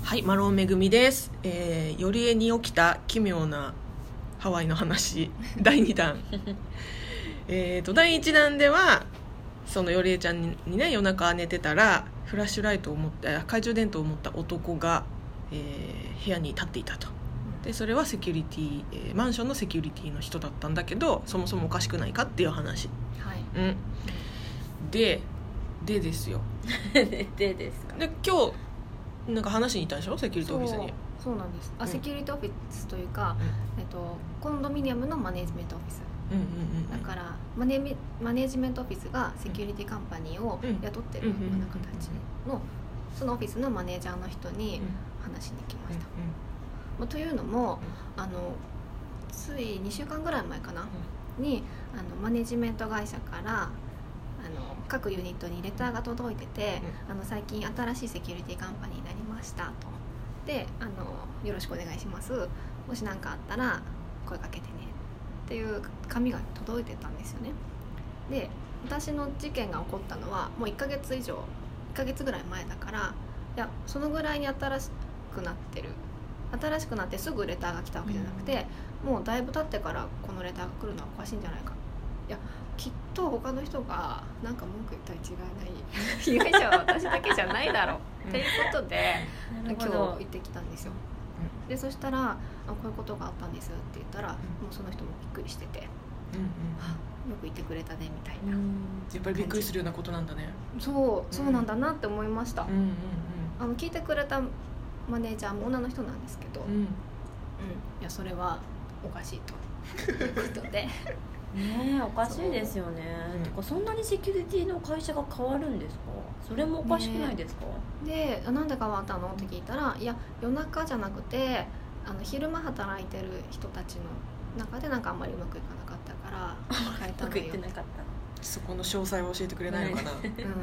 はい、マロンめぐみです。よりえに起きた奇妙なハワイの話第2弾第1弾ではそのよりえちゃんにね、夜中寝てたらフラッシュライトを持って懐中電灯を持った男が、部屋に立っていたと。でそれはセキュリティ、マンションのセキュリティの人だったんだけど、そもそもおかしくないかっていう話、 はい、 でですよでですか。 で今日なんか話しに行ったんでしょ、セキュリティオフィスに。 そうなんです。セキュリティオフィスというか、コンドミニアムのマネジメントオフィス、だからマネジメントオフィスがセキュリティカンパニーを雇ってるような形のそのオフィスのマネージャーの人に話しに来ました。というのもつい2週間ぐらい前かなにマネジメント会社から各ユニットにレターが届いてて、最近新しいセキュリティカンパニーになりましたと。でよろしくお願いします、もし何かあったら声かけてねっていう紙が届いてたんですよね。で私の事件が起こったのはもう1ヶ月ぐらい前だから、いやそのぐらいに新しくなってすぐレターが来たわけじゃなくて、もうだいぶ経ってからこのレターが来るのはおかしいんじゃないか、いやきっと他の人がなんか文句言ったに違いない被害者は私だけじゃないだろうっていうことで今日行ってきたんですよ。でそしたらこういうことがあったんですって言ったら、もうその人もびっくりしてて、よく言ってくれたねみたいな、 やっぱりびっくりするようなことなんだね。 そうなんだなって思いました。聞いてくれたマネージャーも女の人なんですけど、いやそれはおかしいということでねえ、おかしいですよね。てかそんなにセキュリティの会社が変わるんですか？それもおかしくないですか？ でなんで変わったのって聞いたら、いや夜中じゃなくて昼間働いてる人たちの中でなんかあんまりうまくいかなかったから変えたのよ。 うまくいってなかった。 そこの詳細を教えてくれないのかな。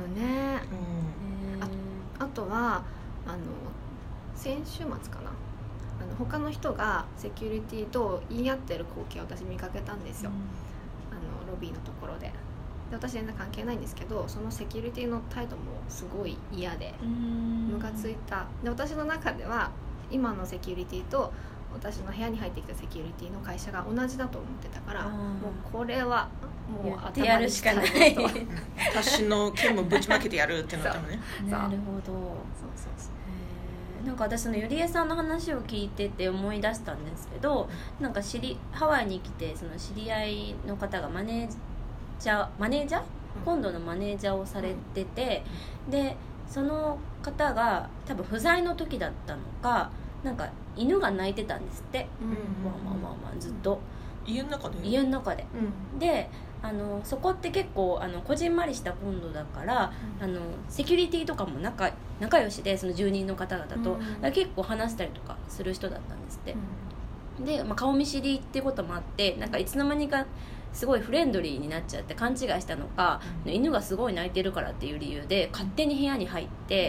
あとは先週末かな、他の人がセキュリティと言い合ってる光景を私見かけたんですよ、ロビーのところで。私全然関係ないんですけど、そのセキュリティの態度もすごい嫌でムカついた。で私の中では今のセキュリティと私の部屋に入ってきたセキュリティの会社が同じだと思ってたから、もうこれはもう頭にやるしかない私の剣もぶちまけてやるってなったのね。 なるほど。そうなんか私そのゆりえさんの話を聞いてて思い出したんですけど、なんかハワイに来てその知り合いの方がマネージャー、今度のマネージャーをされてて、でその方が多分不在の時だったのか、なんか犬が鳴いてたんですって、ずっと家の中で、 でそこって結構こじんまりしたコンドだから、セキュリティとかも仲良しで、その住人の方々と、結構話したりとかする人だったんですって、で、顔見知りっていうこともあって、なんかいつの間にかすごいフレンドリーになっちゃって勘違いしたのか、犬がすごい鳴いてるからっていう理由で勝手に部屋に入って、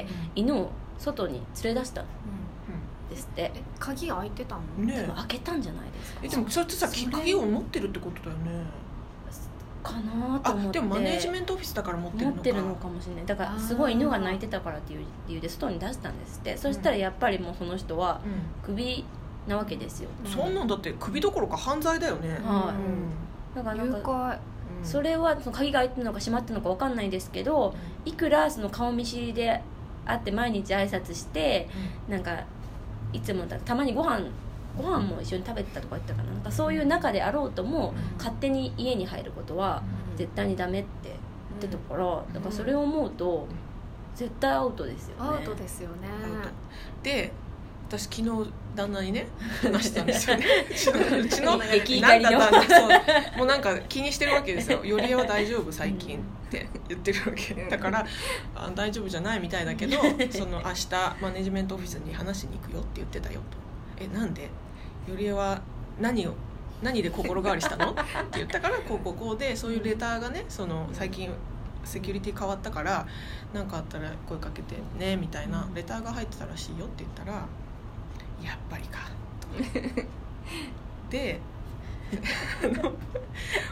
犬を外に連れ出したんですって。 鍵開いてたの？ ね、 開けたんじゃないですか。 でもそれってさ、鍵を持ってるってことだよね。 かなと思って。 でもマネージメントオフィスだから持ってるのかもしれない。だからすごい犬が鳴いてたからっていう理由で外に出したんですって。そしたらやっぱりもうその人はクビなわけですよ。 そんなんだってクビどころか犯罪だよね。 だからなんかそれはその鍵が開いてるのか閉まってるのか分かんないですけど、いくらその顔見知りで会って毎日挨拶して、なんかいつもたまにご飯も一緒に食べてたとか言ったかな、なんかそういう中であろうとも、勝手に家に入ることは絶対にダメって言ってたから、だからそれを思うと絶対アウトですよね。 アウトですよね。 で私昨日旦那にね話したんですよねうちの激怒りのもうなんか気にしてるわけですよ。よりえは大丈夫最近って言ってるわけだから大丈夫じゃないみたいだけどその明日マネジメントオフィスに話しに行くよって言ってたよと。なんでよりえは何で心変わりしたのって言ったから、こうでそういうレターがね、その最近セキュリティ変わったから何かあったら声かけてねみたいなレターが入ってたらしいよって言ったら、やっぱりかとで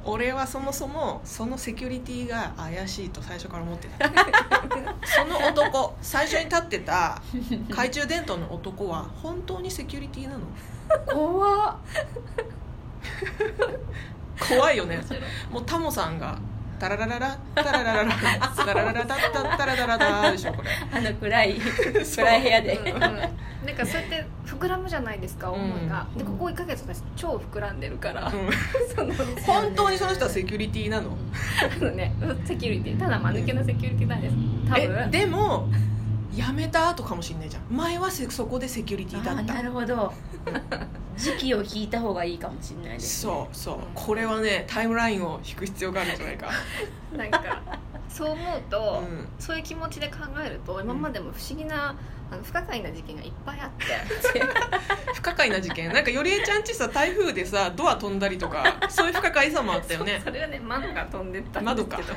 俺はそもそもそのセキュリティが怪しいと最初から思ってたその男、最初に立ってた懐中電灯の男は本当にセキュリティなの？ 怖っ怖いよね。もうタモさんがタララララタララララタラララタッタタラララタでしょこれ。 暗い部屋で、 なんかそうやって膨らむじゃないですか思いが、でここ1ヶ月私超膨らんでるから、その本当にその人はセキュリティなの？ ね、セキュリティただ間抜けなセキュリティなんです多分。 でも辞めた後かもしれないじゃん。前はそこでセキュリティだった。 なるほど時期を聞いた方がいいかもしれないです、ね、 そうこれはねタイムラインを引く必要があるんじゃないかなんかそう思うと、そういう気持ちで考えると今までも不思議な不可解な事件がいっぱいあって不可解な事件なんかよりえちゃんちさ台風でさドア飛んだりとかそういう不可解さもあったよねそれはね窓が飛んでったんですけど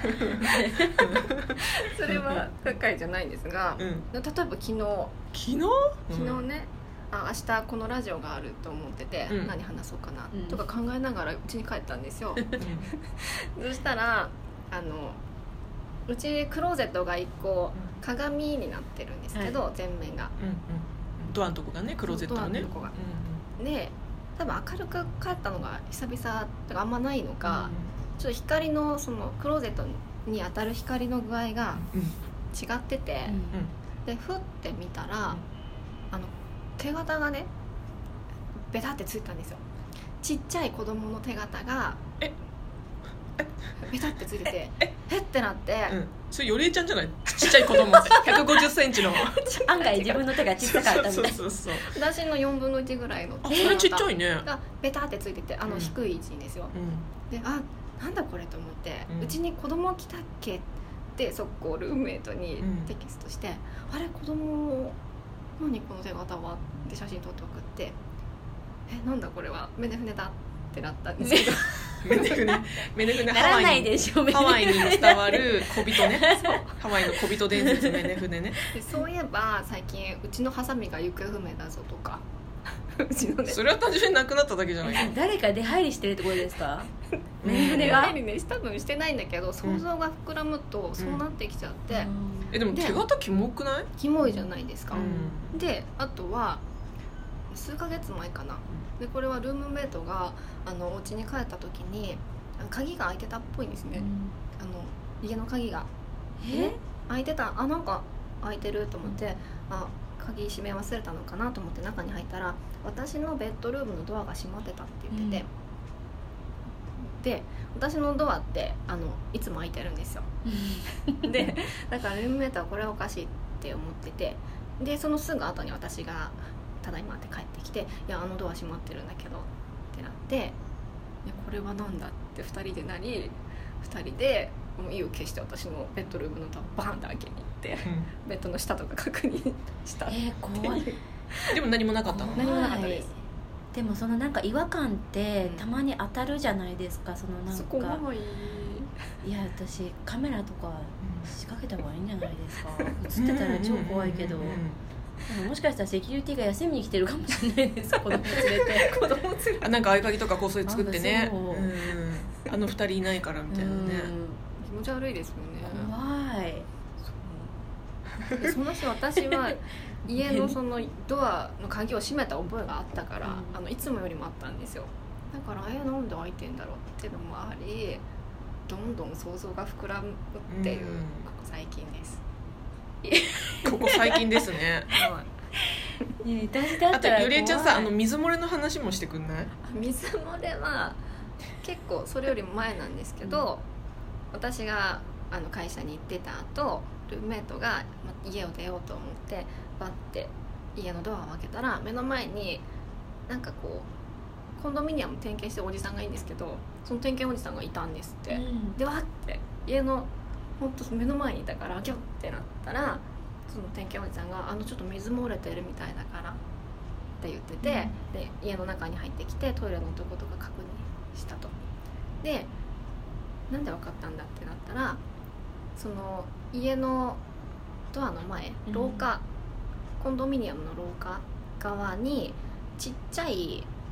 それは不可解じゃないんですが、例えば昨日ね、明日このラジオがあると思ってて、何話そうかなとか考えながら家に帰ったんですよ、そしたらうちクローゼットが1個鏡になってるんですけど、全面が、 ドアのとこがね、クローゼットのね、 で多分明るく帰ったのが久々とかあんまないのか、ちょっと光のそのクローゼットに当たる光の具合が違ってて、でふって見たら手形がねベタってついたんですよ。ちっちゃい子供の手形がベタってついててえってなって、 それよりえちゃんじゃない？ちっちゃい子供って150センチの案外自分の手がちっちゃかったみたいな。 そう私の4分の1ぐらいの手それちっちゃいねがベタってついてて低い位置にですよ、でなんだこれと思って、うちに子供来たっけって速攻ルームメイトにテキストして、あれ子供何この手形はって写真撮って送って、なんだこれはメネフネだってなったんですけどメネフネならないでしょ。 ハワイに伝わる小人ねハワイの小人伝説メネフネね。 でそういえば最近うちのハサミが行方不明だぞとかうちのね、 それは単純になくなっただけじゃないか。 誰か出入りしてるってことですか？メネフネが多分してないんだけど、想像が膨らむとそうなってきちゃって、 でも手形キモくない？ キモいじゃないですか、であとは数ヶ月前かな、でこれはルームメイトがお家に帰った時に鍵が開いてたっぽいんですね、家の鍵が開いてた、なんか開いてると思って、鍵閉め忘れたのかなと思って中に入ったら、私のベッドルームのドアが閉まってたって言ってて、で私のドアっていつも開いてるんですよでだからルームメイトはこれはおかしいって思ってて、でそのすぐ後に私がただいまって帰ってきて、いやドア閉まってるんだけどってなって、いやこれはなんだって2人でなり、2人でもう意を決して私のベッドルームのドアバーンって開けに行って、ベッドの下とか確認したっていう、 怖いでも何もなかったの？ 何もなかったです。 でもそのなんか違和感ってたまに当たるじゃないですか、そのなんか怖い。 いや私カメラとか仕掛けた方がいいんじゃないですか。映ってたら超怖いけど、もしかしたらセキュリティが休みに来てるかもしれないです。子供連れて子供連れなんか合鍵とかこっそり作ってね、2人いないからみたいなね、 気持ち悪いですよね。 怖い。 でその日私は家のそのドアの鍵を閉めた覚えがあったから、いつもよりもあったんですよ。だからなんで開いてんだろうっていうのもあり、どんどん想像が膨らむっていう、ここ最近です。 ここ最近ですね私だったらあとゆりえちゃんさ、水漏れの話もしてくんない？ 水漏れは結構それよりも前なんですけど、私が会社に行ってた後、ルームメイトが家を出ようと思ってバッて家のドアを開けたら、目の前になんかこうコンドミニアム点検してるおじさんがいいんですけど、その点検おじさんがいたんですって、でわって家のほんと目の前にいたからギョッってなったら、その点検おじさんがちょっと水漏れてるみたいだからって言ってて、で家の中に入ってきてトイレのとことか確認したと。でなんで分かったんだってなったら、その家のドアの前、廊下、コンドミニアムの廊下側にちっちゃい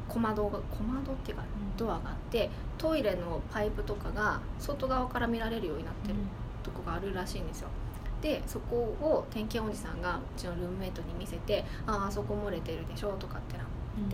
小窓っていうかドアがあって、トイレのパイプとかが外側から見られるようになってるとこがあるらしいんですよ。でそこを点検おじさんがうちのルームメイトに見せて、あそこ漏れてるでしょとかってなって、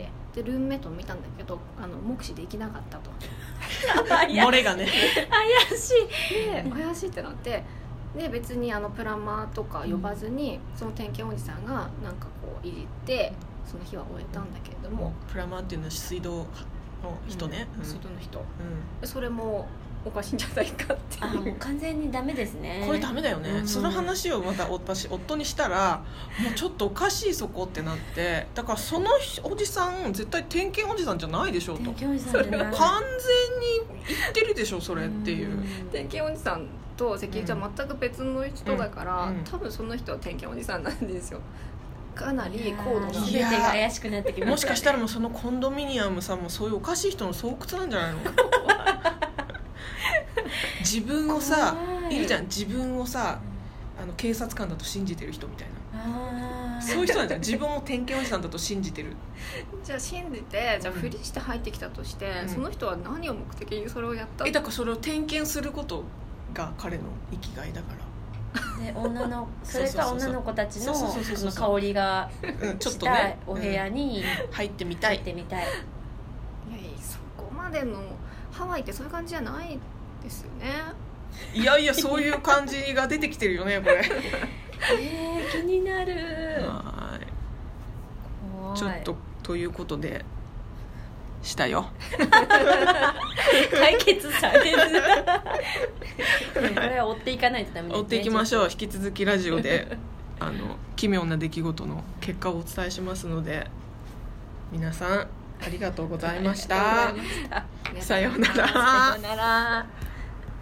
でルームメイトを見たんだけど目視できなかったと漏れがね怪しいで怪しいってなって、で別にプランマーとか呼ばずに、その点検おじさんがなんかこういじってその日は終えたんだけれども、 プランマーっていうのは水道の人ね、 水道の人、それもおかしいんじゃないかっていう。 もう完全にダメですね。 これダメだよね、その話をまた私夫にしたら、もうちょっとおかしいそこってなって、だからそのおじさん絶対点検おじさんじゃないでしょと、 点検おじさんじゃない、 完全に言ってるでしょそれっていう、 点検おじさんとセキュリティは全く別の人だから、多分その人は点検おじさんなんですよ。かなり高度な全てが怪しくなってきましたね。 もしかしたらもうそのコンドミニアムさんもそういうおかしい人の巣窟なんじゃないの自分をさいるじゃん、自分をさ警察官だと信じてる人みたいな、そういう人なんじゃん。自分を点検おじさんだと信じてる。 じゃあ信じて、じゃあふりして入ってきたとして、その人は何を目的にそれをやっただからそれを点検することが彼の生きがいだから。 でそれか女の子たちの香りがちょっとしたねお部屋に入ってみたい。 いやそこまでのハワイってそういう感じじゃないですよね。 いやいやそういう感じが出てきてるよねこれ気になる。 はいちょっとということでしたよ解決されずこれは追っていかないとダメですね。 追っていきましょう。引き続きラジオで奇妙な出来事の結果をお伝えしますので、皆さんありがとうございました。さようなら。 さようなら。